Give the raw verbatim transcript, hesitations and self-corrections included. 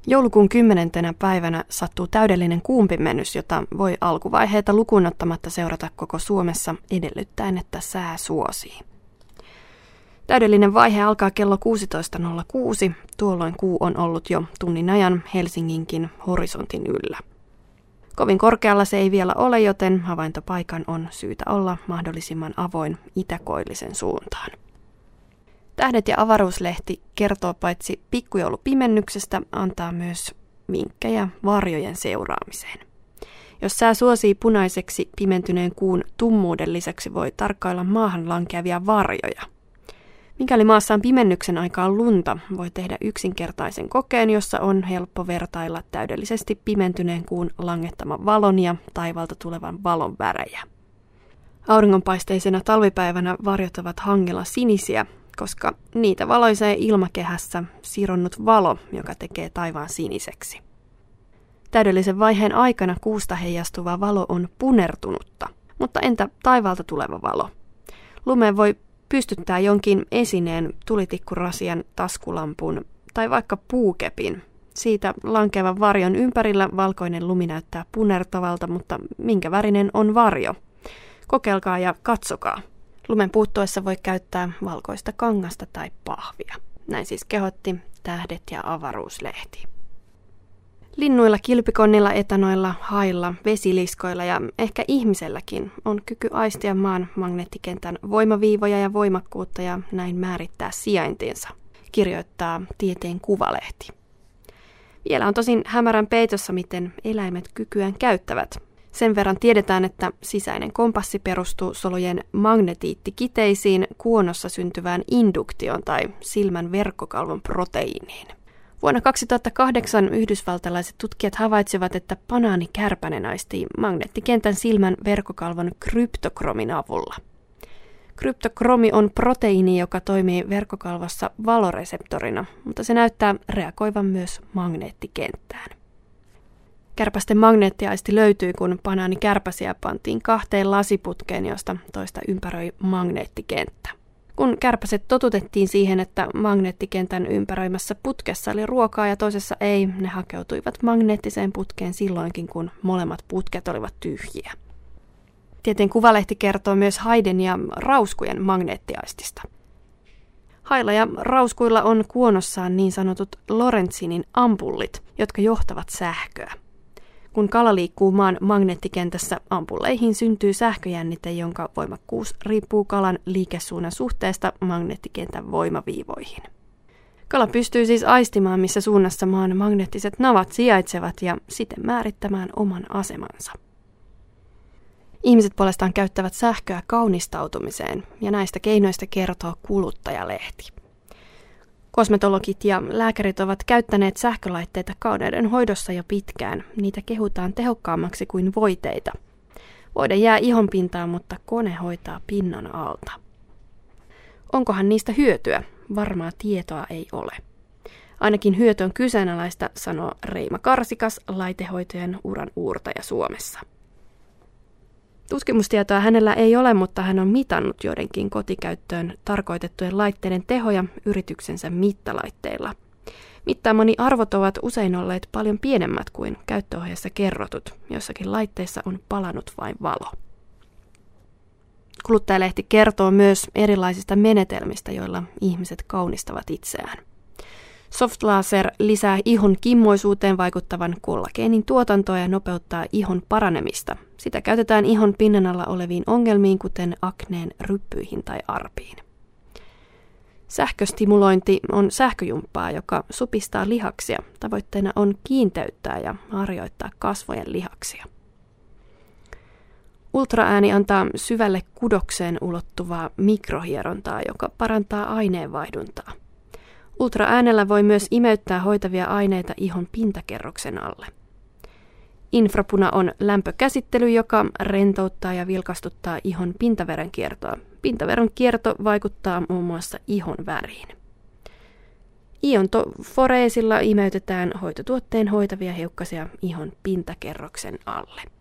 Joulukuun kymmenentenä päivänä sattuu täydellinen kuumpimennys, jota voi alkuvaiheita lukuun ottamatta seurata koko Suomessa edellyttäen, että sää suosii. Täydellinen vaihe alkaa kello kuusitoista nolla kuusi, tuolloin kuu on ollut jo tunnin ajan Helsinginkin horisontin yllä. Kovin korkealla se ei vielä ole, joten havaintopaikan on syytä olla mahdollisimman avoin itäkoillisen suuntaan. Tähdet ja avaruuslehti kertoo paitsi pikkujoulupimennyksestä, antaa myös vinkkejä varjojen seuraamiseen. Jos sää suosii punaiseksi, pimentyneen kuun tummuuden lisäksi voi tarkkailla maahan lankeavia varjoja. Mikäli maassa on pimennyksen aikaan lunta, voi tehdä yksinkertaisen kokeen, jossa on helppo vertailla täydellisesti pimentyneen kuun langettaman valon ja taivalta tulevan valon värejä. Auringonpaisteisena talvipäivänä varjot ovat hangella sinisiä, koska niitä valoisee ilmakehässä sironnut valo, joka tekee taivaan siniseksi. Täydellisen vaiheen aikana kuusta heijastuva valo on punertunutta, mutta entä taivaalta tuleva valo? Lumeen voi pystyttää jonkin esineen, tulitikkurasian, taskulampun tai vaikka puukepin. Siitä lankeavan varjon ympärillä valkoinen lumi näyttää punertavalta, mutta minkä värinen on varjo? Kokeilkaa ja katsokaa. Lumen puuttuessa voi käyttää valkoista kangasta tai pahvia. Näin siis kehotti Tähdet ja avaruuslehti. Linnuilla, kilpikonnilla, etanoilla, hailla, vesiliskoilla ja ehkä ihmiselläkin on kyky aistia maan magneettikentän voimaviivoja ja voimakkuutta ja näin määrittää sijaintinsa, kirjoittaa Tieteen Kuvalehti. Vielä on tosin hämärän peitossa, miten eläimet kykyään käyttävät. Sen verran tiedetään, että sisäinen kompassi perustuu solujen magnetiittikiteisiin, kuonossa syntyvään induktioon tai silmän verkkokalvon proteiiniin. Vuonna kaksituhattakahdeksan yhdysvaltalaiset tutkijat havaitsivat, että banaanikärpänen aistii magneettikentän silmän verkkokalvon kryptokromin avulla. Kryptokromi on proteiini, joka toimii verkkokalvossa valoreseptorina, mutta se näyttää reagoivan myös magneettikenttään. Kärpästen magneettiaisti löytyi, kun banaanikärpäsiä pantiin kahteen lasiputkeen, josta toista ympäröi magneettikenttä. Kun kärpäset totutettiin siihen, että magneettikentän ympäröimässä putkessa oli ruokaa ja toisessa ei, ne hakeutuivat magneettiseen putkeen silloinkin, kun molemmat putket olivat tyhjiä. Tieteen Kuvalehti kertoo myös haiden ja rauskujen magneettiaistista. Hailla ja rauskuilla on kuonossaan niin sanotut Lorenzinin ampullit, jotka johtavat sähköä. Kun kala liikkuu maan magneettikentässä, ampulleihin syntyy sähköjännite, jonka voimakkuus riippuu kalan liikesuunnan suhteesta magneettikentän voimaviivoihin. Kala pystyy siis aistimaan, missä suunnassa maan magneettiset navat sijaitsevat ja siten määrittämään oman asemansa. Ihmiset puolestaan käyttävät sähköä kaunistautumiseen ja näistä keinoista kertoo Kuluttajalehti. Kosmetologit ja lääkärit ovat käyttäneet sähkölaitteita kauneuden hoidossa jo pitkään. Niitä kehutaan tehokkaammaksi kuin voiteita. Voide jää ihonpintaan, mutta kone hoitaa pinnan alta. Onkohan niistä hyötyä? Varmaa tietoa ei ole. Ainakin hyöty on kyseenalaista, sanoo Reima Karsikas, laitehoitojen uran uurtaja Suomessa. Tutkimustietoa hänellä ei ole, mutta hän on mitannut joidenkin kotikäyttöön tarkoitettujen laitteiden tehoja yrityksensä mittalaitteilla. Mittaamani arvot ovat usein olleet paljon pienemmät kuin käyttöohjeessa kerrotut. Jossakin laitteissa on palanut vain valo. Kuluttajalehti kertoo myös erilaisista menetelmistä, joilla ihmiset kaunistavat itseään. Softlaser lisää ihon kimmoisuuteen vaikuttavan kollageenin tuotantoa ja nopeuttaa ihon paranemista. Sitä käytetään ihon pinnan alla oleviin ongelmiin, kuten akneen, ryppyihin tai arpiin. Sähköstimulointi on sähköjumppaa, joka supistaa lihaksia. Tavoitteena on kiinteyttää ja harjoittaa kasvojen lihaksia. Ultraääni antaa syvälle kudokseen ulottuvaa mikrohierontaa, joka parantaa aineenvaihduntaa. Ultraäänellä voi myös imeyttää hoitavia aineita ihon pintakerroksen alle. Infrapuna on lämpökäsittely, joka rentouttaa ja vilkastuttaa ihon pintaverenkiertoa. Pintaverenkierto vaikuttaa muun muassa ihon väriin. Iontoforeesilla imeytetään hoitotuotteen hoitavia hiukkasia ihon pintakerroksen alle.